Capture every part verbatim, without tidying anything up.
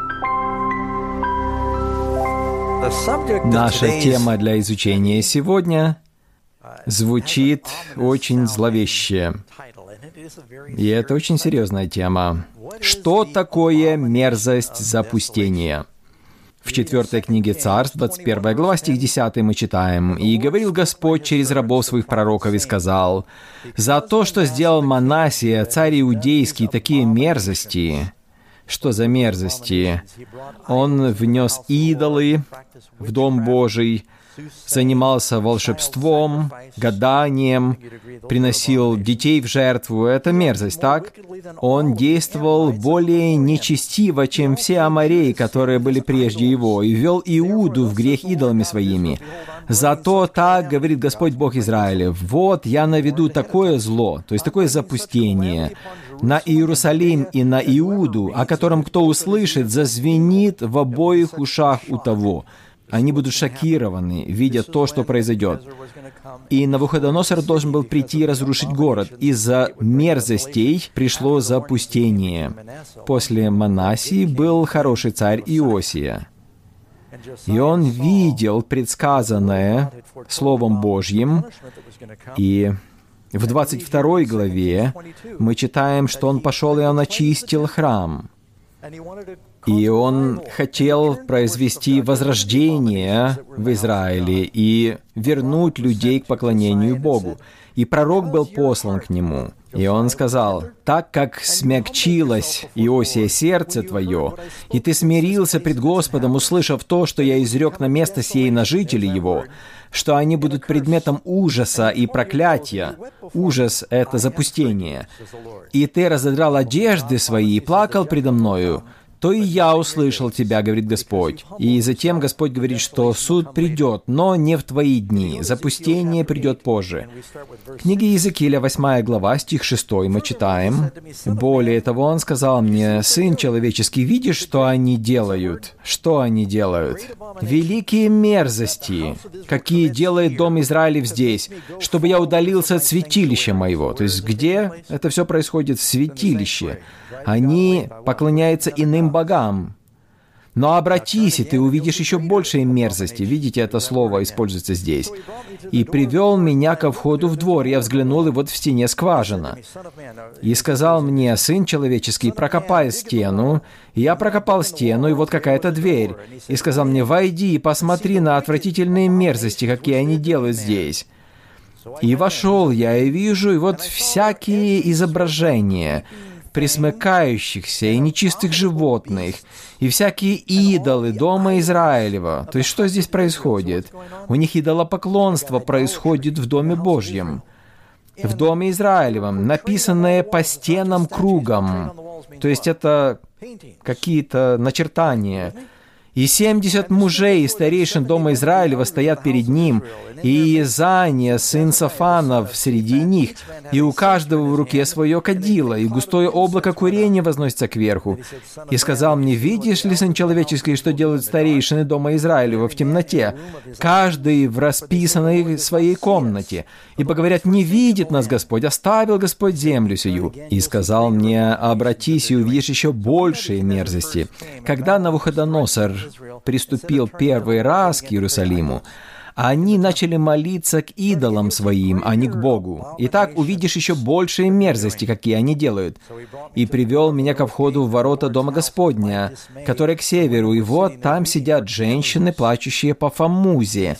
Наша тема для изучения сегодня звучит очень зловеще. И это очень серьезная тема. Что такое мерзость запустения? В четвертой книге Царств, двадцать первая глава, стих десятый мы читаем: «И говорил Господь через рабов своих пророков и сказал: за то, что сделал Манассия, царь иудейский, такие мерзости». Что за мерзости? Он внес идолы в Дом Божий, занимался волшебством, гаданием, приносил детей в жертву. Это мерзость, так? Он действовал более нечестиво, чем все амореи, которые были прежде его, и ввел Иуду в грех идолами своими. Зато так говорит Господь Бог Израилев: вот я наведу такое зло, то есть такое запустение, на Иерусалим и на Иуду, о котором кто услышит, зазвенит в обоих ушах у того. Они будут шокированы, видя то, что произойдет. И Навуходоносор должен был прийти и разрушить город. Из-за мерзостей пришло запустение. После Манассии был хороший царь Иосия. И он видел предсказанное Словом Божьим, и в двадцать второй главе мы читаем, что он пошел и он очистил храм. И он хотел произвести возрождение в Израиле и вернуть людей к поклонению Богу. И пророк был послан к нему. И он сказал: «Так как смягчилось, Иосия, сердце твое, и ты смирился пред Господом, услышав то, что я изрек на место сей на жителей его, что они будут предметом ужаса и проклятия». Ужас — это запустение. «И ты разодрал одежды свои и плакал предо мною, то и я услышал тебя, говорит Господь». И затем Господь говорит, что суд придет, но не в твои дни, запустение придет позже. В книге Иезекииля, восьмая глава, стих шестой, мы читаем: «Более того, он сказал мне: сын человеческий, видишь, что они делают? Что они делают? Великие мерзости, какие делает дом Израилев здесь, чтобы я удалился от святилища моего». То есть где это все происходит? В святилище. Они поклоняются иным богам. Но обратись, и ты увидишь еще большие мерзости. Видите, это слово используется здесь. «И привел меня ко входу в двор. Я взглянул, и вот в стене скважина. И сказал мне: сын человеческий, прокопай стену. И я прокопал стену, и вот какая-то дверь. И сказал мне: войди и посмотри на отвратительные мерзости, какие они делают здесь. И вошел я, и вижу, и вот всякие изображения пресмыкающихся и нечистых животных, и всякие идолы дома Израилева». То есть что здесь происходит? У них идолопоклонство происходит в Доме Божьем, в Доме Израилевом, написанное по стенам кругом. То есть это какие-то начертания. «И семьдесят мужей и старейшин дома Израилева стоят перед ним, и Иезания, сын Сафанов, среди них, и у каждого в руке свое кадило, и густое облако курения возносится кверху. И сказал мне: видишь ли, сын человеческий, что делают старейшины дома Израилева в темноте, каждый в расписанной своей комнате, ибо говорят: не видит нас Господь, оставил Господь землю сию. И сказал мне: обратись и увидишь еще большие мерзости». Когда Навуходоносор приступил первый раз к Иерусалиму, они начали молиться к идолам своим, а не к Богу. Итак, увидишь еще большие мерзости, какие они делают. «И привел меня ко входу в ворота Дома Господня, которые к северу, и вот там сидят женщины, плачущие по Фаммузе».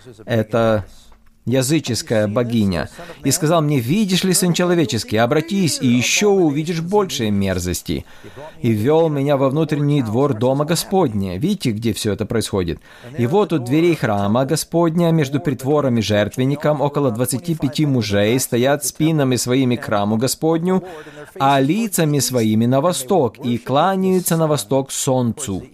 Это языческая богиня. «И сказал мне: видишь ли, сын человеческий, обратись, и еще увидишь большие мерзости. И ввел меня во внутренний двор Дома Господня». Видите, где все это происходит? «И вот у дверей храма Господня, между притвором и жертвенником, около двадцати пяти мужей стоят спинами своими к храму Господню, а лицами своими на восток, и кланяются на восток солнцу».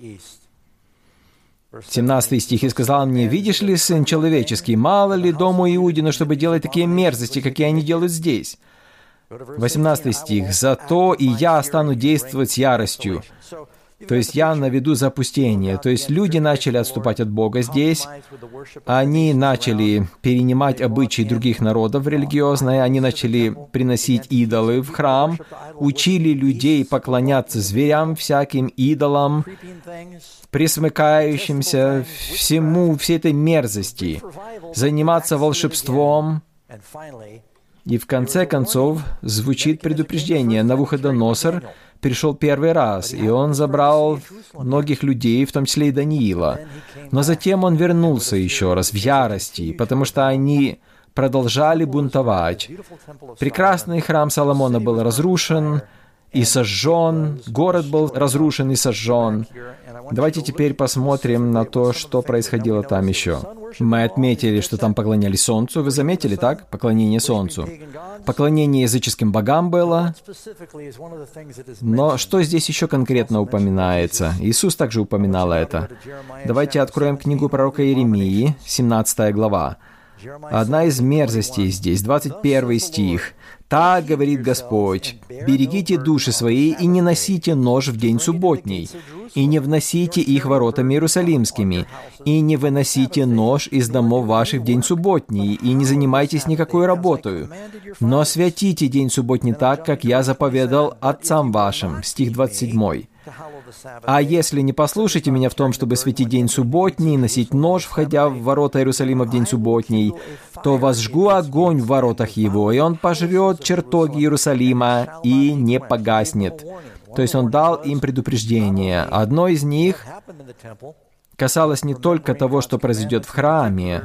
семнадцатый стих. «И сказал мне: видишь ли, сын человеческий, мало ли дому Иудину, чтобы делать такие мерзости, какие они делают здесь?» восемнадцатый стих. «Зато и я стану действовать с яростью». То есть я наведу запустение. То есть люди начали отступать от Бога здесь. Они начали перенимать обычаи других народов религиозные. Они начали приносить идолы в храм. Учили людей поклоняться зверям, всяким идолам, присмыкающимся всему, всей этой мерзости. Заниматься волшебством. И в конце концов звучит предупреждение. Навуходоносор пришел первый раз, и он забрал многих людей, в том числе и Даниила. Но затем он вернулся еще раз в ярости, потому что они продолжали бунтовать. Прекрасный храм Соломона был разрушен и сожжен, город был разрушен и сожжен. Давайте теперь посмотрим на то, что происходило там еще. Мы отметили, что там поклонялись Солнцу. Вы заметили, так? Поклонение Солнцу. Поклонение языческим богам было. Но что здесь еще конкретно упоминается? Иисус также упоминал это. Давайте откроем книгу пророка Иеремии, семнадцатая глава. Одна из мерзостей здесь, двадцать первый стих. «Так говорит Господь, берегите души свои и не носите нож в день субботний, и не вносите их воротами иерусалимскими, и не выносите нож из домов ваших в день субботний, и не занимайтесь никакой работою, но святите день субботний так, как я заповедал отцам вашим». Стих двадцать седьмой. «А если не послушаете меня в том, чтобы святить день субботний, носить нож, входя в ворота Иерусалима в день субботний, то возжгу огонь в воротах его, и он пожрет чертоги Иерусалима и не погаснет». То есть он дал им предупреждение. Одно из них касалось не только того, что произойдет в храме,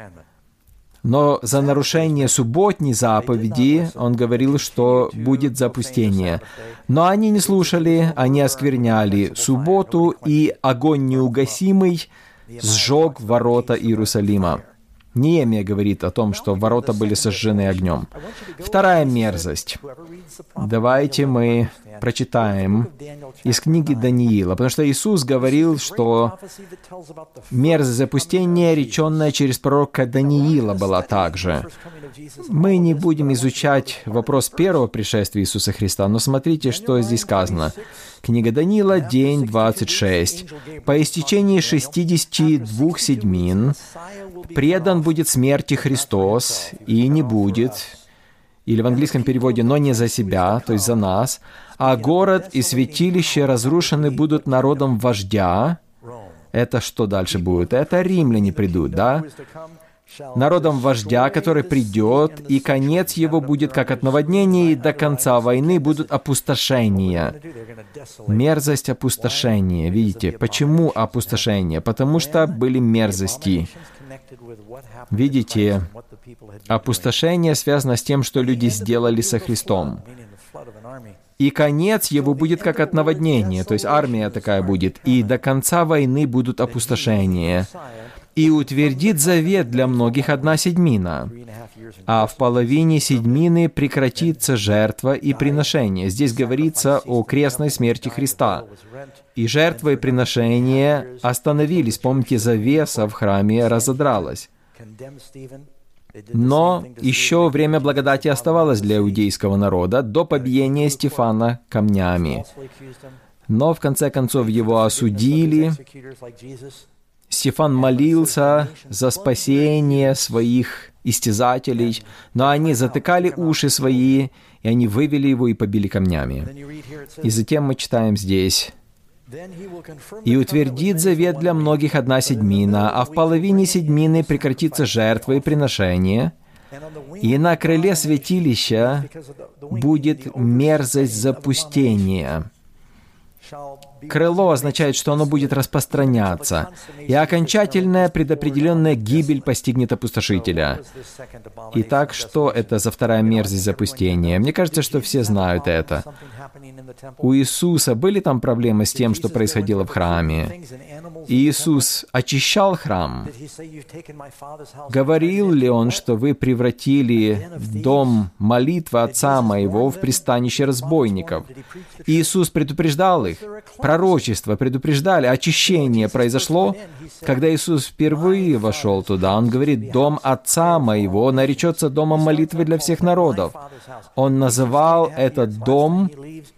но за нарушение субботней заповеди он говорил, что будет запустение. Но они не слушали, они оскверняли субботу, и огонь неугасимый сжег ворота Иерусалима. Неемия говорит о том, что ворота были сожжены огнем. Вторая мерзость. Давайте мы прочитаем из книги Даниила, потому что Иисус говорил, что мерзость запустения, реченная через пророка Даниила, была также. Мы не будем изучать вопрос первого пришествия Иисуса Христа, но смотрите, что здесь сказано. Книга Даниила, день двадцать шесть. «По истечении шестидесяти двух седьмин предан будет смерти Христос, и не будет», или в английском переводе «но не за себя», то есть за нас, «а город и святилище разрушены будут народом вождя». Это что дальше будет? Это римляне придут, да? «Народом вождя, который придет, и конец его будет как от наводнения, и до конца войны будут опустошения». Мерзость опустошения. Видите, почему опустошение? Потому что были мерзости. Видите, опустошение связано с тем, что люди сделали со Христом. И конец его будет как от наводнения, то есть армия такая будет, и до конца войны будут опустошения. «И утвердит завет для многих одна седьмина, а в половине седьмины прекратится жертва и приношение». Здесь говорится о крестной смерти Христа. И жертва и приношение остановились. Помните, завеса в храме разодралась. Но еще время благодати оставалось для иудейского народа до побиения Стефана камнями. Но в конце концов его осудили. Стефан молился за спасение своих истязателей, но они затыкали уши свои, и они вывели его и побили камнями. И затем мы читаем здесь: «И утвердит завет для многих одна седьмина, а в половине седьмины прекратится жертва и приношение, и на крыле святилища будет мерзость запустения». Крыло означает, что оно будет распространяться, и окончательная предопределенная гибель постигнет опустошителя. Итак, что это за вторая мерзость запустения? Мне кажется, что все знают это. У Иисуса были там проблемы с тем, что происходило в храме. И Иисус очищал храм. Говорил ли Он, что вы превратили дом молитвы Отца Моего в пристанище разбойников? Иисус предупреждал их. Пророчества предупреждали, очищение произошло. Когда Иисус впервые вошел туда, Он говорит: «Дом Отца Моего наречется домом молитвы для всех народов». Он называл этот дом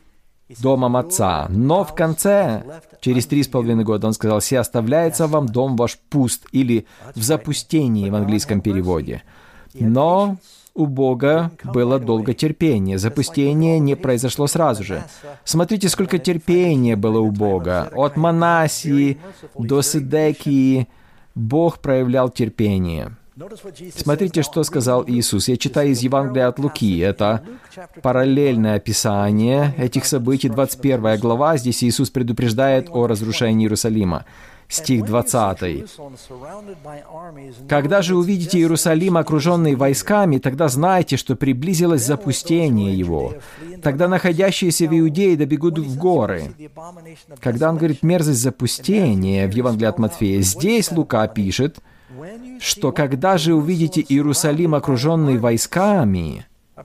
домом отца. Но в конце, через три с половиной года, он сказал, «Се оставляется вам дом ваш пуст», или «в запустении» в английском переводе. Но у Бога было долготерпение. Запустение не произошло сразу же. Смотрите, сколько терпения было у Бога. От Манассии до Седекии Бог проявлял терпение. Смотрите, что сказал Иисус. Я читаю из Евангелия от Луки. Это параллельное описание этих событий, двадцать первая глава. Здесь Иисус предупреждает о разрушении Иерусалима. Стих двадцатый. «Когда же увидите Иерусалим, окруженный войсками, тогда знайте, что приблизилось запустение его. Тогда находящиеся в Иудее добегут в горы». Когда он говорит «мерзость запустения» в Евангелии от Матфея, здесь Лука пишет, что «когда же увидите Иерусалим, окруженный войсками»,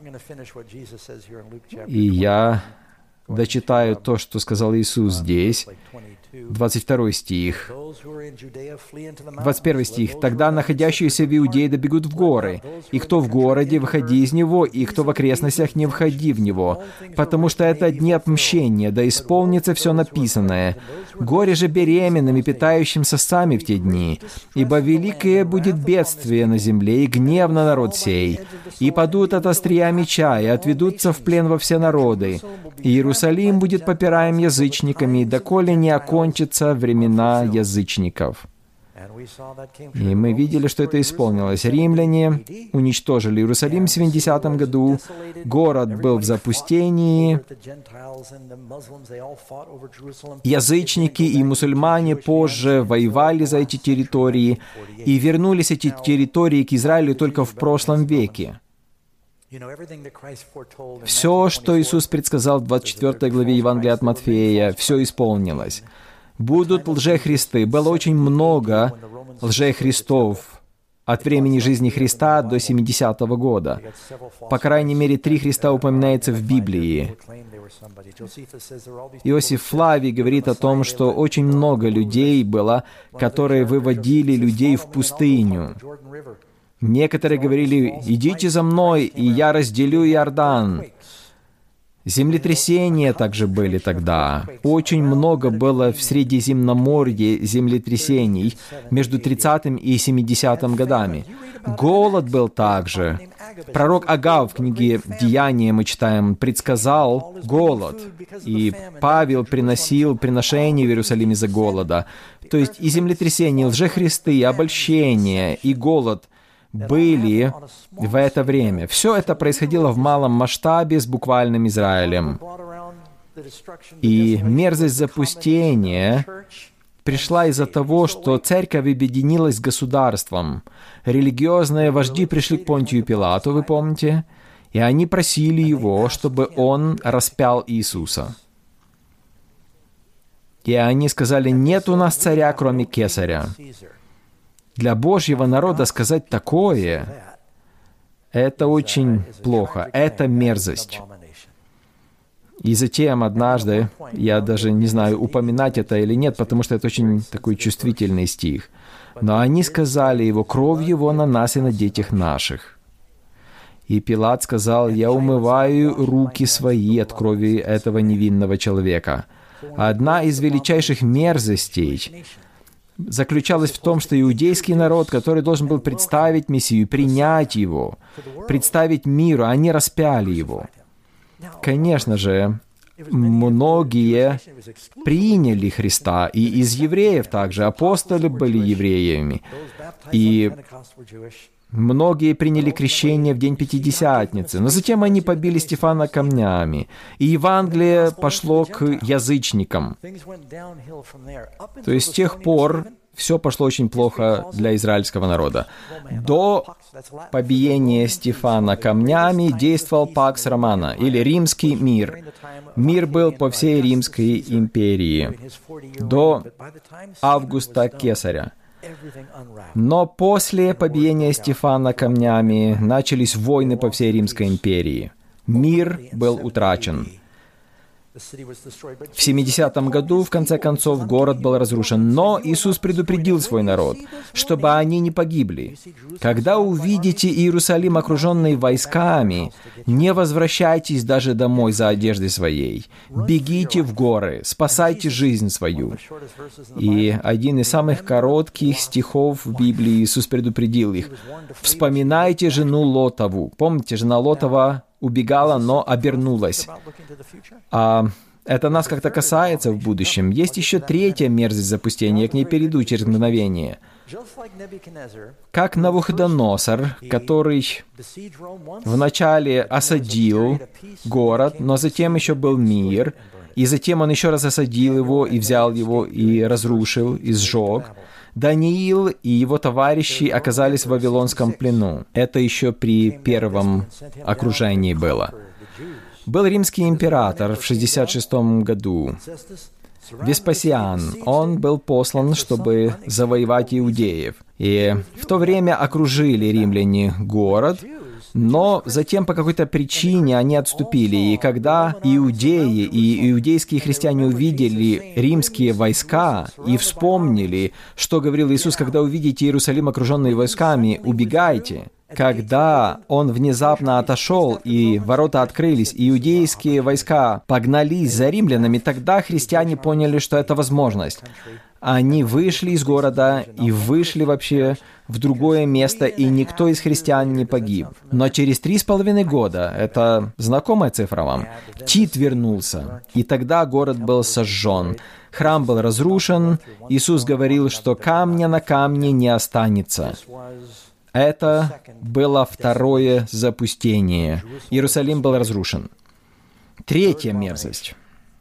и я дочитаю то, что сказал Иисус здесь, двадцать второй стих. двадцать первый стих. «Тогда находящиеся в Иудее добегут в горы, и кто в городе, выходи из него, и кто в окрестностях, не входи в него, потому что это дни отмщения, да исполнится все написанное. Горе же беременным и питающимся сами в те дни, ибо великое будет бедствие на земле, и гнев на народ сей, и падут от острия меча, и отведутся в плен во все народы, и Иерусалим будет попираем язычниками, доколе не окончится кончатся времена язычников». И мы видели, что это исполнилось. Римляне уничтожили Иерусалим в семидесятом году, город был в запустении, язычники и мусульмане позже воевали за эти территории, и вернулись эти территории к Израилю только в прошлом веке. Все, что Иисус предсказал в двадцать четвёртой главе Евангелия от Матфея, все исполнилось. Будут лжехристы. Было очень много лжехристов от времени жизни Христа до семидесятого года. По крайней мере, три Христа упоминается в Библии. Иосиф Флавий говорит о том, что очень много людей было, которые выводили людей в пустыню. Некоторые говорили: «Идите за мной, и я разделю Иордан». Землетрясения также были тогда. Очень много было в Средиземноморье землетрясений между тридцатым и семидесятым годами. Голод был также. Пророк Агав в книге «Деяния» мы читаем, предсказал голод. И Павел приносил приношения в Иерусалим из-за голода. То есть и землетрясения, и лжехристы, и обольщения, и голод были в это время. Все это происходило в малом масштабе с буквальным Израилем. И мерзость запустения пришла из-за того, что церковь объединилась с государством. Религиозные вожди пришли к Понтию Пилату, вы помните, и они просили его, чтобы он распял Иисуса. И они сказали: «Нет у нас царя, кроме Кесаря». Для Божьего народа сказать такое — это очень плохо, это мерзость. И затем однажды, я даже не знаю, упоминать это или нет, потому что это очень такой чувствительный стих, но они сказали его: «Кровь его на нас и на детях наших». И Пилат сказал: «Я умываю руки свои от крови этого невинного человека». Одна из величайших мерзостей заключалась в том, что иудейский народ, который должен был представить Мессию, принять его, представить миру, они распяли его. Конечно же, многие приняли Христа, и из евреев также, апостолы были евреями, и многие приняли крещение в день Пятидесятницы, но затем они побили Стефана камнями, и Евангелие пошло к язычникам. То есть с тех пор все пошло очень плохо для израильского народа. До побиения Стефана камнями действовал Пакс Романа, или Римский мир. Мир был по всей Римской империи до Августа Кесаря. Но после побиения Стефана камнями начались войны по всей Римской империи. Мир был утрачен. В семидесятом году, в конце концов, город был разрушен, но Иисус предупредил свой народ, чтобы они не погибли. Когда увидите Иерусалим, окруженный войсками, не возвращайтесь даже домой за одеждой своей. Бегите в горы, спасайте жизнь свою. И один из самых коротких стихов в Библии Иисус предупредил их. Вспоминайте жену Лотову. Помните, жена Лотова убегала, но обернулась. А это нас как-то касается в будущем. Есть еще третья мерзость запустения, я к ней перейду через мгновение. Как Навуходоносор, который вначале осадил город, но затем еще был мир, и затем он еще раз осадил его, и взял его, и разрушил, и сжег. Даниил и его товарищи оказались в вавилонском плену. Это еще при первом окружении было. Был римский император в шестьдесят шестом году, Веспасиан. Он был послан, чтобы завоевать иудеев. И в то время окружили римляне город, но затем по какой-то причине они отступили. И когда иудеи и иудейские христиане увидели римские войска и вспомнили, что говорил Иисус, когда увидите Иерусалим, окруженный войсками, убегайте. Когда он внезапно отошел, и ворота открылись, и иудейские войска погнались за римлянами, тогда христиане поняли, что это возможность. Они вышли из города и вышли вообще в другое место, и никто из христиан не погиб. Но через три с половиной года, это знакомая цифра вам, Тит вернулся, и тогда город был сожжен. Храм был разрушен, Иисус говорил, что камня на камне не останется. Это было второе запустение. Иерусалим был разрушен. Третья мерзость.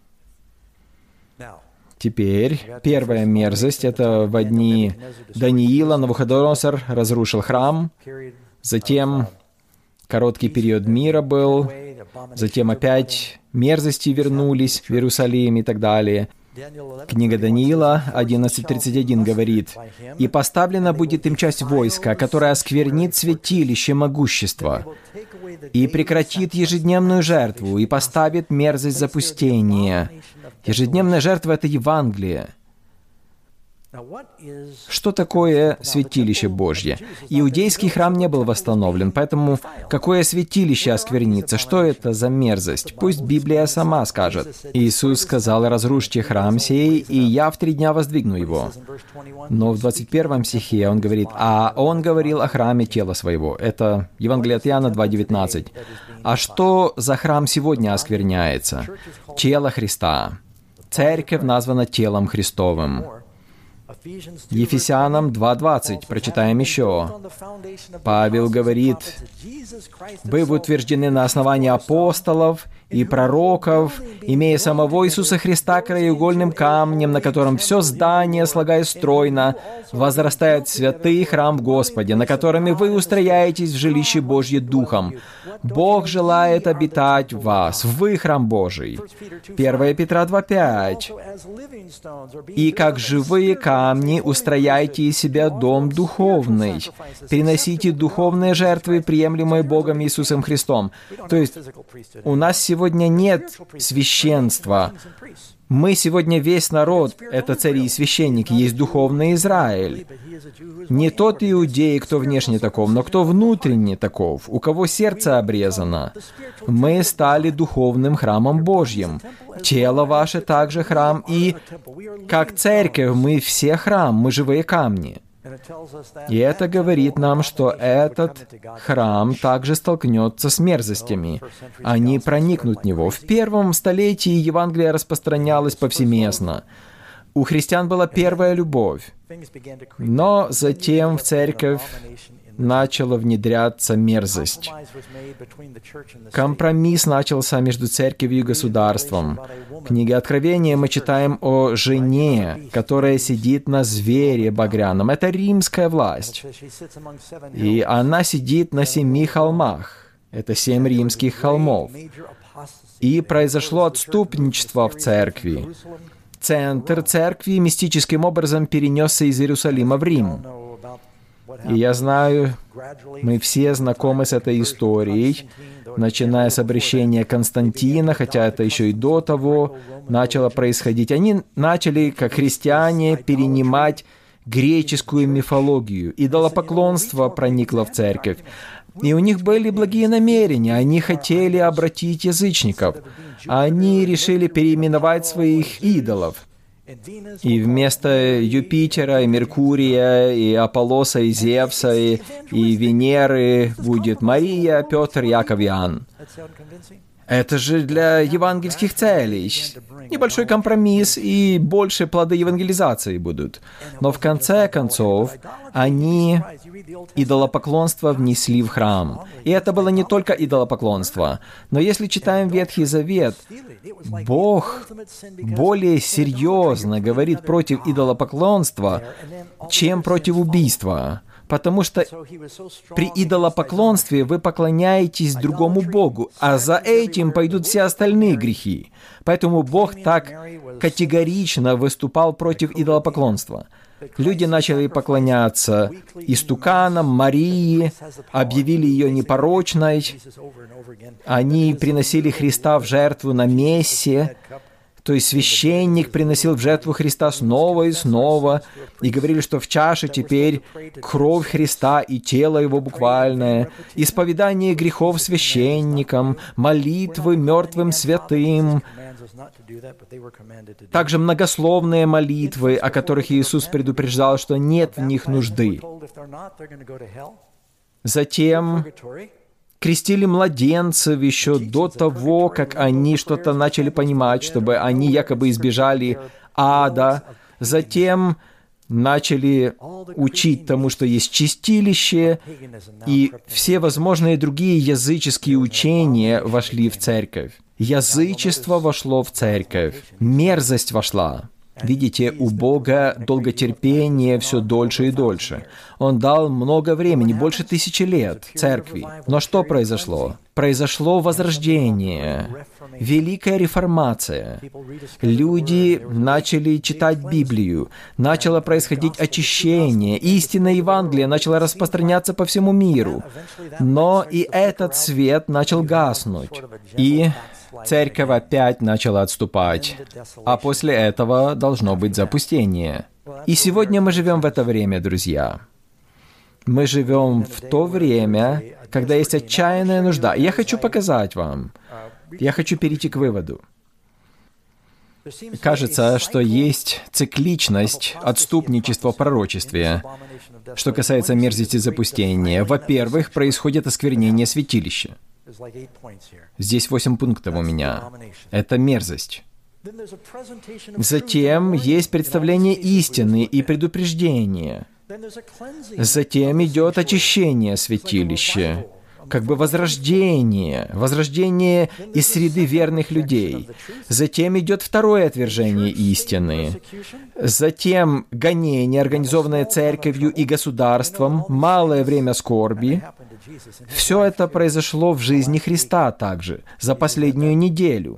Теперь первая мерзость — это в дни Даниила Навуходоносор разрушил храм, затем короткий период мира был, затем опять мерзости вернулись в Иерусалим и так далее. Книга Даниила одиннадцать тридцать один говорит: «И поставлена будет им часть войска, которая осквернит святилище могущества, и прекратит ежедневную жертву, и поставит мерзость запустения». Ежедневная жертва — это Евангелие. Что такое святилище Божье? Иудейский храм не был восстановлен, поэтому какое святилище осквернится? Что это за мерзость? Пусть Библия сама скажет. Иисус сказал: «Разрушьте храм сей, и я в три дня воздвигну его». Но в двадцать первом стихе он говорит: «А он говорил о храме тела своего». Это Евангелие от Иоанна два девятнадцать. А что за храм сегодня оскверняется? Тело Христа. Церковь названа телом Христовым. Ефесянам два двадцать, прочитаем еще. Павел говорит: «Вы утверждены на основании апостолов и пророков, имея самого Иисуса Христа краеугольным камнем, на котором все здание, слагаясь стройно, возрастает в святый храм в Господе, на котором и вы устрояетесь в жилище Божье Духом. Бог желает обитать в вас, вы храм Божий». первое Петра два пять. «И как живые камни устрояйте из себя дом духовный, приносите духовные жертвы, приемлемые Богом Иисусом Христом». То есть у нас сегодня нет священства. Мы сегодня весь народ, это цари и священники, есть духовный Израиль. Не тот иудей, кто внешне таков, но кто внутренне таков, у кого сердце обрезано. Мы стали духовным храмом Божьим. Тело ваше также храм, и как церковь мы все храм, мы живые камни. И это говорит нам, что этот храм также столкнется с мерзостями. Они проникнут в него. В первом столетии Евангелие распространялось повсеместно. У христиан была первая любовь. Но затем в церковь начала внедряться мерзость. Компромисс начался между церковью и государством. В книге Откровения мы читаем о жене, которая сидит на звере багряном. Это римская власть. И она сидит на семи холмах. Это семь римских холмов. И произошло отступничество в церкви. Центр церкви мистическим образом перенесся из Иерусалима в Рим. И я знаю, мы все знакомы с этой историей, начиная с обращения Константина, хотя это еще и до того начало происходить. Они начали, как христиане, перенимать греческую мифологию. Идолопоклонство проникло в церковь. И у них были благие намерения. Они хотели обратить язычников. Они решили переименовать своих идолов. И вместо Юпитера, и Меркурия, и Аполлоса, и Зевса, и, и Венеры будет Мария, Петр, Яков, Иоанн. Это же для евангельских целей. Небольшой компромисс, и больше плоды евангелизации будут. Но в конце концов, они идолопоклонство внесли в храм. И это было не только идолопоклонство. Но если читаем Ветхий Завет, Бог более серьезно говорит против идолопоклонства, чем против убийства. Потому что при идолопоклонстве вы поклоняетесь другому Богу, а за этим пойдут все остальные грехи. Поэтому Бог так категорично выступал против идолопоклонства. Люди начали поклоняться истуканам, Марии, объявили ее непорочной, они приносили Христа в жертву на мессе. То есть священник приносил в жертву Христа снова и снова, и говорили, что в чаше теперь кровь Христа и тело Его буквальное, исповедание грехов священникам, молитвы мертвым святым, также многословные молитвы, о которых Иисус предупреждал, что нет в них нужды. Затем крестили младенцев еще до того, как они что-то начали понимать, чтобы они якобы избежали ада. Затем начали учить тому, что есть чистилище, и все возможные другие языческие учения вошли в церковь. Язычество вошло в церковь, мерзость вошла. Видите, у Бога долготерпение все дольше и дольше. Он дал много времени, больше тысячи лет церкви. Но что произошло? Произошло возрождение, великая реформация. Люди начали читать Библию, начало происходить очищение, истинное Евангелие начало распространяться по всему миру. Но и этот свет начал гаснуть. И церковь опять начала отступать, а после этого должно быть запустение. И сегодня мы живем в это время, друзья. Мы живем в то время, когда есть отчаянная нужда. И я хочу показать вам, я хочу перейти к выводу. Кажется, что есть цикличность отступничества в пророчестве, что касается мерзости запустения. Во-первых, происходит осквернение святилища. Здесь восемь пунктов у меня. Это мерзость. Затем есть представление истины и предупреждение. Затем идет очищение святилища, как бы возрождение, возрождение из среды верных людей. Затем идет второе отвержение истины. Затем гонение, организованное церковью и государством, малое время скорби. Все это произошло в жизни Христа также, за последнюю неделю.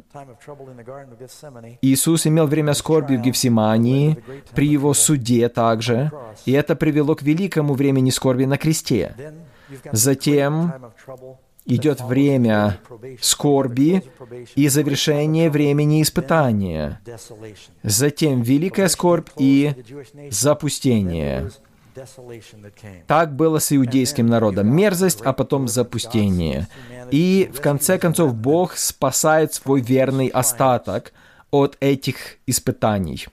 Иисус имел время скорби в Гефсимании, при Его суде также, и это привело к великому времени скорби на кресте. Затем идет время скорби и завершение времени испытания. Затем великая скорбь и запустение. Так было с иудейским народом. Мерзость, а потом запустение. И, в конце концов, Бог спасает свой верный остаток от этих испытаний.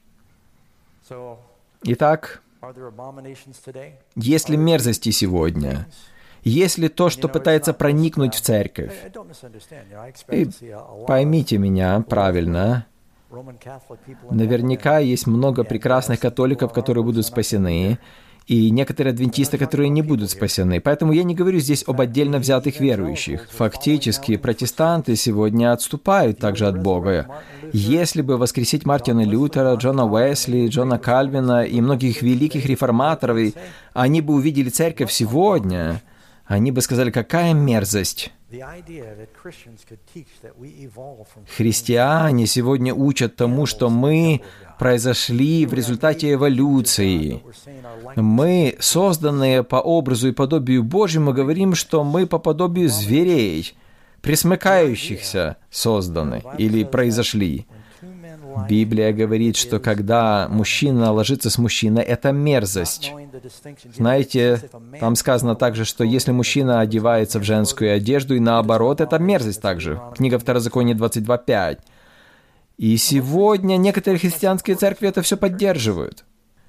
Итак, есть ли мерзости сегодня? Есть ли то, что пытается проникнуть в церковь? И поймите меня правильно. Наверняка есть много прекрасных католиков, которые будут спасены, и некоторые адвентисты, которые не будут спасены. Поэтому я не говорю здесь об отдельно взятых верующих. Фактически, протестанты сегодня отступают также от Бога. Если бы воскресить Мартина Лютера, Джона Уэсли, Джона Кальвина и многих великих реформаторов, они бы увидели церковь сегодня, они бы сказали, какая мерзость. Христиане сегодня учат тому, что мы произошли в результате эволюции. Мы, созданные по образу и подобию Божьему, говорим, что мы по подобию зверей, пресмыкающихся, созданы или произошли. Библия говорит, что когда мужчина ложится с мужчиной, это мерзость. Знаете, там сказано также, что если мужчина одевается в женскую одежду, и наоборот, это мерзость также. Книга Второзакония двадцать два пять. И сегодня некоторые христианские церкви это все поддерживают.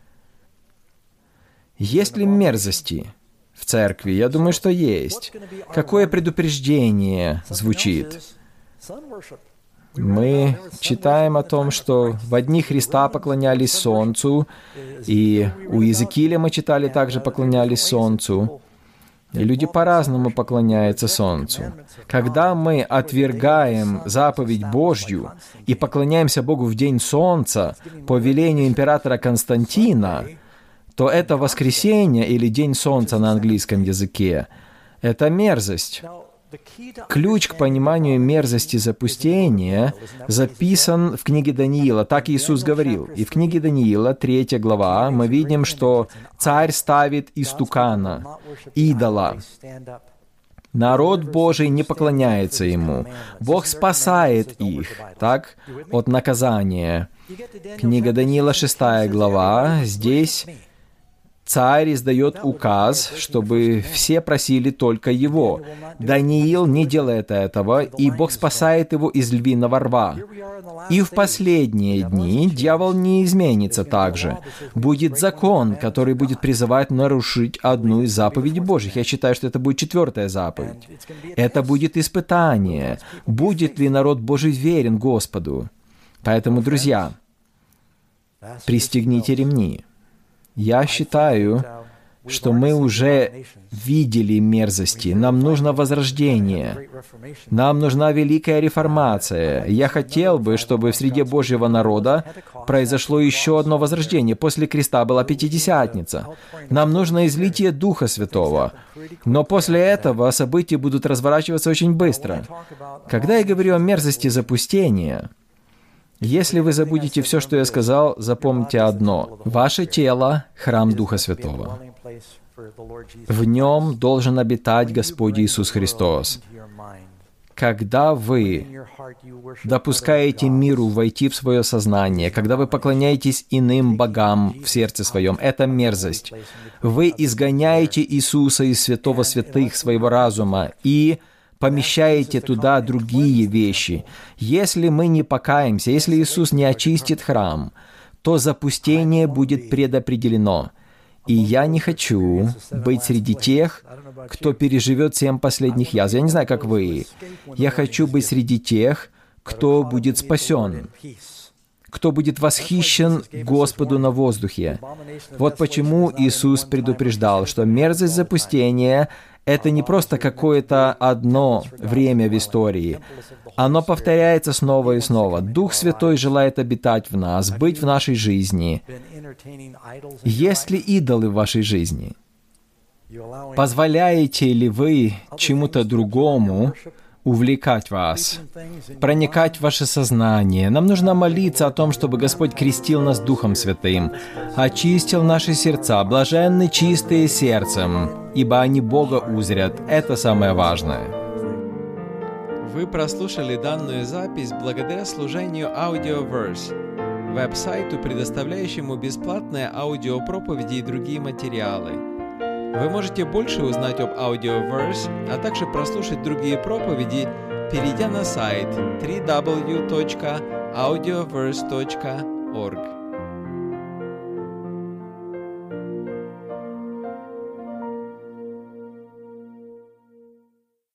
Есть ли мерзости в церкви? Я думаю, что есть. Какое предупреждение звучит? Мы читаем о том, что в одни Христа поклонялись солнцу, и у Иезекииля мы читали также поклонялись солнцу. И люди по-разному поклоняются солнцу. Когда мы отвергаем заповедь Божью и поклоняемся Богу в день солнца по велению императора Константина, то это воскресенье или день солнца на английском языке — это мерзость. Ключ к пониманию мерзости запустения записан в книге Даниила. Так Иисус говорил. И в книге Даниила, третья глава, мы видим, что царь ставит истукана, идола. Народ Божий не поклоняется ему. Бог спасает их, так, от наказания. Книга Даниила, шестая глава, здесь царь издает указ, чтобы все просили только его. Даниил не делает этого, и Бог спасает его из львиного рва. И в последние дни дьявол не изменится также. Будет закон, который будет призывать нарушить одну из заповедей Божьих. Я считаю, что это будет четвертая заповедь. Это будет испытание. Будет ли народ Божий верен Господу? Поэтому, друзья, пристегните ремни. Я считаю, что мы уже видели мерзости. Нам нужно возрождение. Нам нужна великая реформация. Я хотел бы, чтобы в среде Божьего народа произошло еще одно возрождение. После креста была Пятидесятница. Нам нужно излитие Духа Святого. Но после этого события будут разворачиваться очень быстро. Когда я говорю о мерзости запустения, если вы забудете все, что я сказал, запомните одно. Ваше тело — храм Духа Святого. В нем должен обитать Господь Иисус Христос. Когда вы допускаете миру войти в свое сознание, когда вы поклоняетесь иным богам в сердце своем, это мерзость. Вы изгоняете Иисуса из святого святых своего разума и помещаете туда другие вещи. Если мы не покаемся, если Иисус не очистит храм, то запустение будет предопределено. И я не хочу быть среди тех, кто переживет семь последних язв. Я не знаю, как вы. Я хочу быть среди тех, кто будет спасен, кто будет восхищен Господу на воздухе. Вот почему Иисус предупреждал, что мерзость запустения — это не просто какое-то одно время в истории. Оно повторяется снова и снова. Дух Святой желает обитать в нас, быть в нашей жизни. Есть ли идолы в вашей жизни? Позволяете ли вы чему-то другому увлекать вас, проникать в ваше сознание? Нам нужно молиться о том, чтобы Господь крестил нас Духом Святым, очистил наши сердца, блаженны чистые сердцем, ибо они Бога узрят. Это самое важное. Вы прослушали данную запись благодаря служению Audioverse, веб-сайту, предоставляющему бесплатные аудиопроповеди и другие материалы. Вы можете больше узнать об Audioverse, а также прослушать другие проповеди, перейдя на сайт дабл ю дабл ю дабл ю точка аудиоверс точка орг.